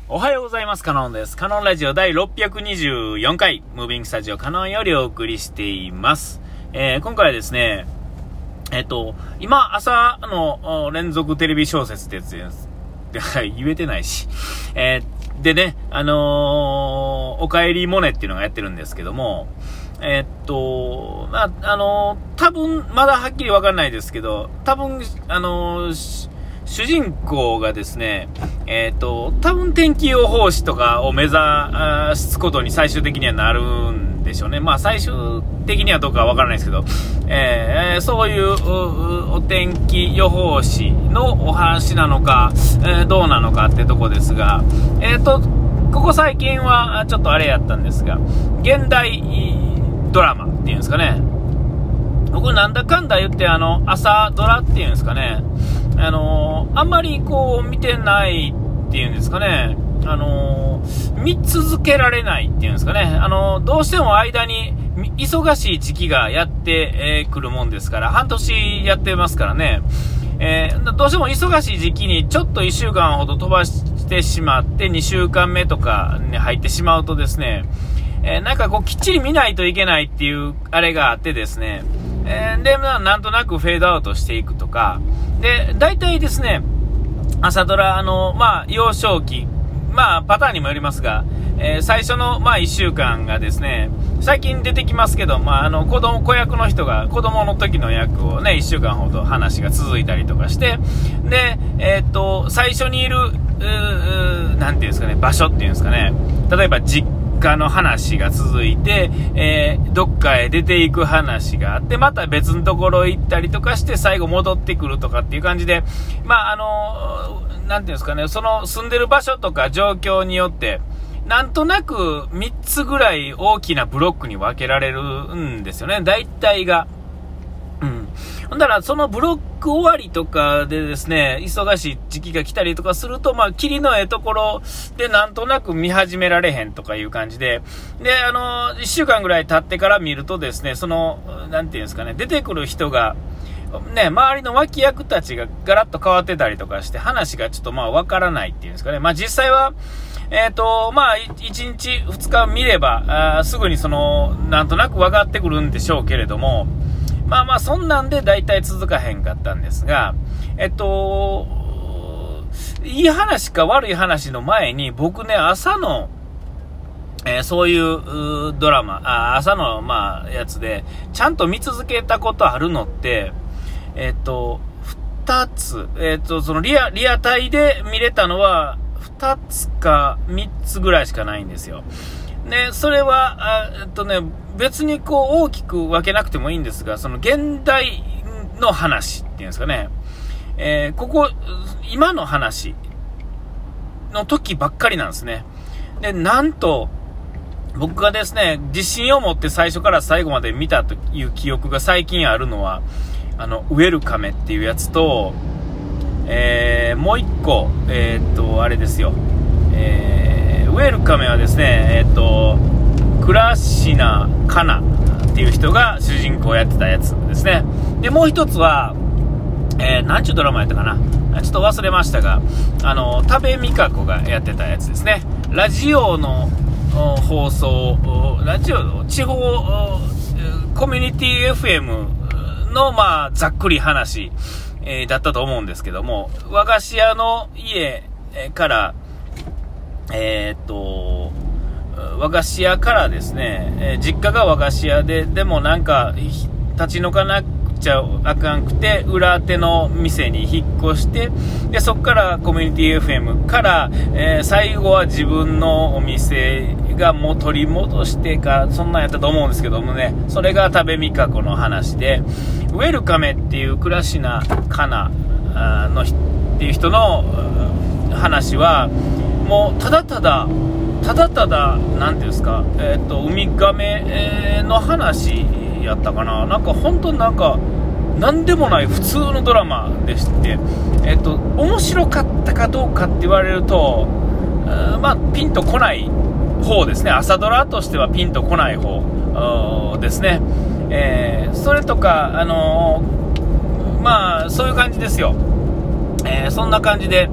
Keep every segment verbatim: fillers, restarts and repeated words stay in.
おはようございます。カノンです。カノンラジオ第ろっぴゃくにじゅうよんかい、ムービングスタジオカノンよりお送りしています。えー、今回はですね、えっと、今朝の連続テレビ小説ってやつです。言えてないし。えー、でね、あのー、おかえりモネっていうのがやってるんですけども、えー、っと、まあ、あのー、多分、まだはっきりわかんないですけど、多分、あのー、主人公がですね、えっと、多分天気予報士とかを目指すことに最終的にはなるんでしょうね。まあ最終的にはどうかはわからないですけど、えー、そういうお天気予報士のお話なのか、えー、どうなのかってとこですが、えっと、ここ最近はちょっとあれやったんですが、現代ドラマっていうんですかね。僕なんだかんだ言ってあの朝ドラっていうんですかね。あのー、あんまりこう見てないっていうんですかね、あのー、見続けられないっていうんですかね、あのー、どうしても間に忙しい時期がやってくるもんですから、半年やってますからね、えー、どうしても忙しい時期にちょっといっしゅうかんほど飛ばしてしまってにしゅうかんめとかに入ってしまうとですね、えー、なんかこうきっちり見ないといけないっていうあれがあってですね、えー、で、まあ、なんとなくフェードアウトしていくとかで、大体ですね、朝ドラ、あの、まあ、幼少期、まあ、パターンにもよりますが、えー、最初の、まあ、いっしゅうかんがですね、最近出てきますけど、まあ、あの、子供、子役の人が、子供の時の役をね、いっしゅうかんほど話が続いたりとかして、で、えーっと、最初にいる、うー、なんていうんですかね、場所っていうんですかね、例えば実家の話が続いて、えー、どっかへ出ていく話があって、また別のところ行ったりとかして最後戻ってくるとかっていう感じで、まああのなんていうんですかね、その住んでる場所とか状況によってなんとなくみっつぐらい大きなブロックに分けられるんですよね、大体が。うん。ほんだらそのブロック終わりとかでですね、忙しい時期が来たりとかすると、まあ霧のええところでなんとなく見始められへんとかいう感じで、で、あのいっしゅうかんぐらい経ってから見るとですね、そのなんていうんですかね、出てくる人がね、周りの脇役たちがガラッと変わってたりとかして、話がちょっとまあわからないっていうんですかね。まあ実際はえっとまあいちにちふつか見ればあすぐにそのなんとなく分かってくるんでしょうけれども、まあまあそんなんで大体続かへんかったんですが、えっといい話か悪い話の前に僕ね、朝の、えー、そういうドラマ、あ朝のまあやつでちゃんと見続けたことあるのって、えっとふたつ、えっとそのリアリアタイで見れたのはふたつかみっつぐらいしかないんですよ。ね、それはあえっとね別にこう大きく分けなくてもいいんですが、その現代の話っていうんですかね、えー、ここ今の話の時ばっかりなんですね。で、なんと僕がですね自信を持って最初から最後まで見たという記憶が最近あるのは、あのウェルカメっていうやつと、えー、もう一個えー、っとあれですよ、えー、ウェルカメはですね、えー、っと倉科香菜っていう人が主人公をやってたやつですね。で、もう一つは、えー、なんちゅうドラマやったかな、ちょっと忘れましたが、あの多部未華子がやってたやつですね。ラジオの放送、ラジオ地方コミュニティ エフエム のまあざっくり話、えー、だったと思うんですけども、和菓子屋の家からえー、っと和菓子屋からですね、えー、実家が和菓子屋で、でもなんか立ち退かなくちゃあかんくて裏手の店に引っ越して、でそこからコミュニティ エフエム から、えー、最後は自分のお店がもう取り戻してか、そんなんやったと思うんですけどもね、それが多部未華子の話で、ウェルカメっていう倉科香菜のっていう人の話はもうただただただただなんていうんですか、えっとウミガメの話やったかな、なんか本当なんかなんでもない普通のドラマでして、えっと面白かったかどうかって言われると、まあピンとこない方ですね。朝ドラとしてはピンとこない方ですね。えー、それとかあのー、まあそういう感じですよ。えー、そんな感じで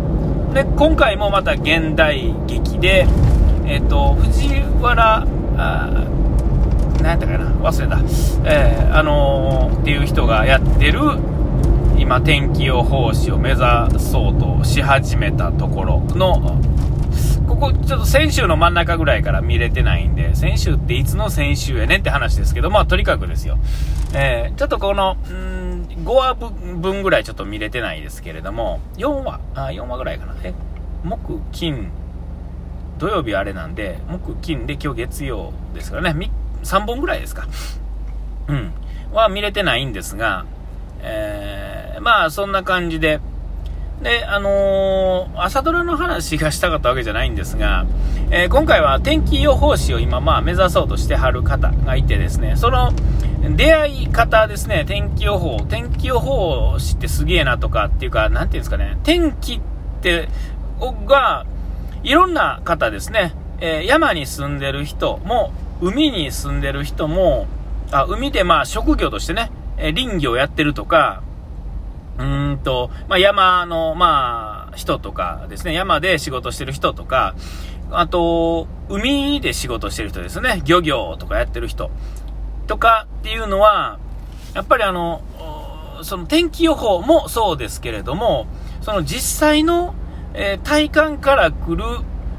で、今回もまた現代劇で、えっと、藤原、あ何やったかな、忘れた、えー、あのー、っていう人がやってる、今、天気予報士を目指そうとし始めたところの、ここ、ちょっと先週の真ん中ぐらいから見れてないんで、先週っていつの先週やねんって話ですけど、まあ、とにかくですよ。えー、ちょっとこの、うーん、ごわぶんぐらいちょっと見れてないですけれども、よんわ、あ、よんわぐらいかな。え、木、金、土曜日あれなんで、木、金で今日月曜ですからね、さんぼんぐらいですか。うん。は見れてないんですが、えー、まあそんな感じで、で、あのー、朝ドラの話がしたかったわけじゃないんですが、えー、今回は天気予報士を今まあ目指そうとしてはる方がいてですね、その出会い方ですね、天気予報、天気予報士ってすげえなとかっていうか、なんていうんですかね、天気ってがいろんな方ですね、えー、山に住んでる人も海に住んでる人も、あ、海でまあ職業としてね、えー、林業やってるとか、うーんと、まあ山のまあ人とかですね、山で仕事してる人とか、あと、海で仕事してる人ですね、漁業とかやってる人とかっていうのは、やっぱりあの、その天気予報もそうですけれども、その実際の、えー、体感から来る、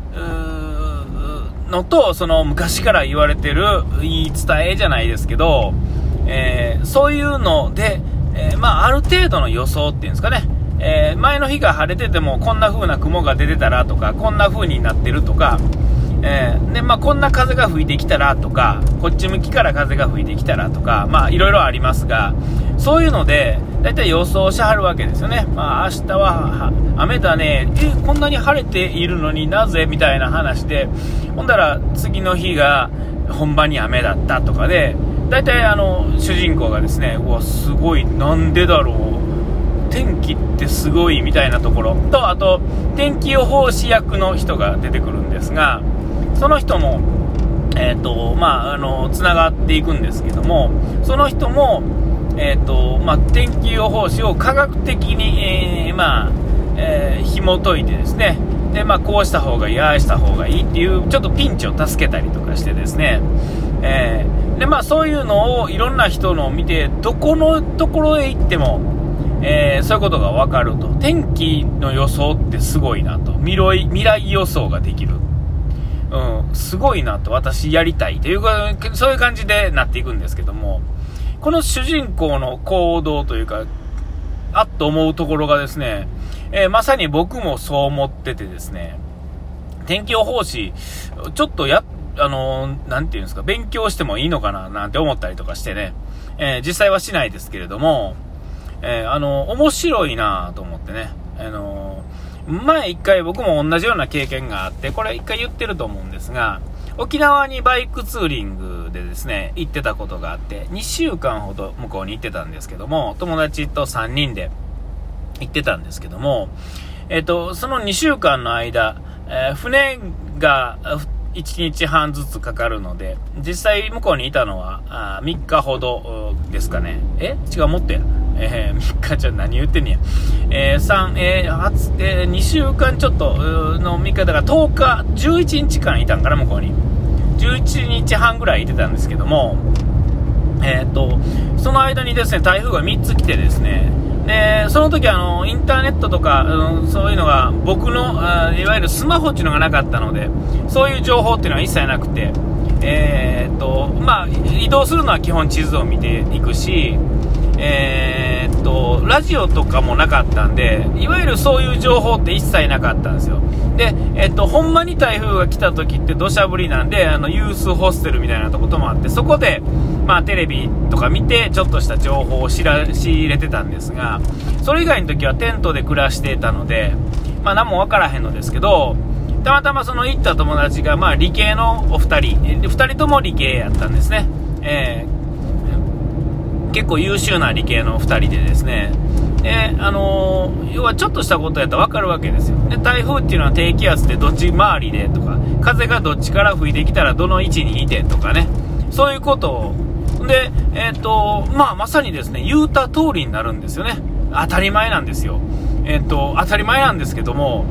のと、その昔から言われてる言い伝えじゃないですけど、えー、そういうので、えー、まあある程度の予想っていうんですかね、えー、前の日が晴れててもこんな風な雲が出てたらとか、こんな風になってるとか、えー、でまあこんな風が吹いてきたらとか、こっち向きから風が吹いてきたらとか、まあいろいろありますが、そういうのでだいたい予想しはるわけですよね。まあ明日は雨だね、えこんなに晴れているのになぜみたいな話で、ほんだら次の日が本番に雨だったとかで、だいたいあの主人公がですね、うわすごい、なんでだろう、天気ってすごいみたいなところと、あと天気予報士役の人が出てくるんですが、その人もえっとまああのつながっていくんですけども、その人もえっとまあ天気予報士を科学的に、えー、まあ、えー、紐解いてですね、でまあこうした方がいい、ああした方がいいっていうちょっとピンチを助けたりとかしてですね、えー、でまあそういうのをいろんな人のを見て、どこのところへ行っても、えー、そういうことが分かると。天気の予想ってすごいなと、未来、未来予想ができる、うん、すごいなと、私やりたいというか、そういう感じでなっていくんですけども、この主人公の行動というか、あっと思うところがですね、えー、まさに僕もそう思っててですね、天気予報士ちょっとやあのー、なんていうんですか、勉強してもいいのかななんて思ったりとかしてね、えー、実際はしないですけれども、えー、あのー、面白いなと思ってね、あのー、前一回僕も同じような経験があって、これ一回言ってると思うんですが、沖縄にバイクツーリングでですね行ってたことがあって、にしゅうかんほど向こうに行ってたんですけども、友達とさんにんで行ってたんですけども、えっとそのにしゅうかんの間、えー、船がいちにちはんずつかかるので、実際向こうにいたのはあみっかほどですかね。え違う、もっとや、えー、みっかちょ何言ってんねや、えー、さん、えー初えー、にしゅうかんちょっとのみっかだからとおか、じゅういちにちかんいたんかな、向こうにじゅういちにちはんぐらいいてたんですけども、えー、っとその間にですね台風がみっつ来てですね、でその時あのインターネットとか、うん、そういうのが僕のいわゆるスマホっていうのがなかったので、そういう情報っていうのは一切なくて、えー、っとまあ移動するのは基本地図を見ていくし、えー、っとラジオとかもなかったんで、いわゆるそういう情報って一切なかったんですよ。で、えー、っとほんまに台風が来た時って土砂降りなんで、あのユースホステルみたいなとこともあって、そこでまあテレビとか見てちょっとした情報を仕入れてたんですが、それ以外の時はテントで暮らしていたので、まあ何も分からへんのですけど、たまたまその行った友達がまあ理系のお二人、ふたりとも理系やったんですね。えー、結構優秀な理系のふたりでですね、であのー、要はちょっとしたことやったら分かるわけですよ。で台風っていうのは低気圧でどっち回りでとか、風がどっちから吹いてきたらどの位置にいてとかね、そういうことをで、えーとまあ、まさにですね言うた通りになるんですよね。当たり前なんですよ。えーと当たり前なんですけども、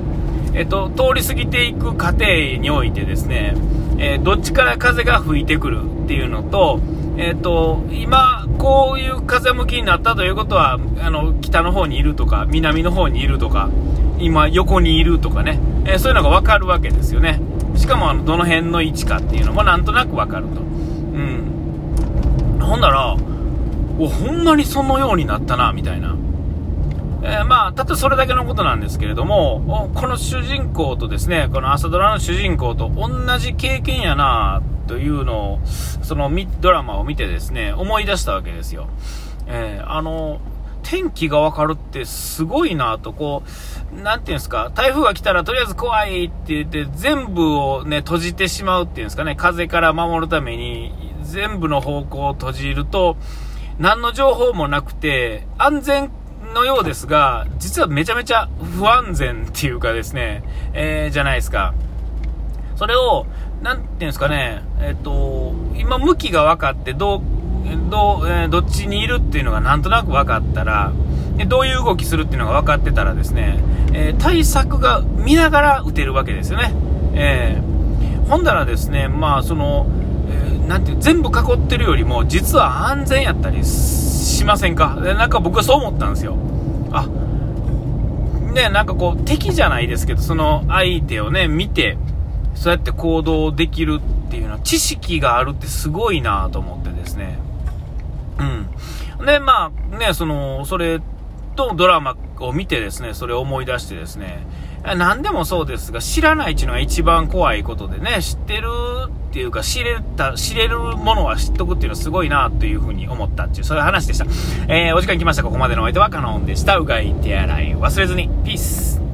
えっと、通り過ぎていく過程においてですね、えー、どっちから風が吹いてくるっていうのと、えっと、今、こういう風向きになったということは、あの、北の方にいるとか、南の方にいるとか、今、横にいるとかね、えー、そういうのがわかるわけですよね。しかも、あの、どの辺の位置かっていうのもなんとなくわかると。うん。ほんなら、お、ほんまにそのようになったな、みたいな。えー、まあ、たとえそれだけのことなんですけれども、この主人公とですね、この朝ドラの主人公と同じ経験やなというのを、そのドラマを見てですね、思い出したわけですよ。えー、あの、天気がわかるってすごいなと、こう、なんていうんですか、台風が来たらとりあえず怖いって言って、全部をね、閉じてしまうっていうんですかね、風から守るために、全部の方向を閉じると、何の情報もなくて、安全のようですが、実はめちゃめちゃ不安全っていうかですね、えー、じゃないですか。それを、なんていうんですかね、えっと、今向きが分かって、どう、どう、えー、どっちにいるっていうのがなんとなく分かったら、でどういう動きするっていうのが分かってたらですね、えー、対策が見ながら撃てるわけですよね。えー、ほんだらですね、まあその、えー、なんていう、全部囲ってるよりも、実は安全やったりしませんか？でなんか僕はそう思ったんですよ。あ、ね、なんかこう、敵じゃないですけど、その相手をね、見て、そうやって行動できるっていうのは、知識があるってすごいなと思ってですね。うん。で、まあ、ね、その、それとドラマを見てですね、それを思い出してですね、何でもそうですが、知らないっていうのが一番怖いことでね、知ってるっていうか、知れた、知れるものは知っとくっていうのはすごいなというふうに思ったっていう、そういう話でした。えー、お時間来ました。ここまでのお相手はカノンでした。うがい手洗い忘れずに。ピース。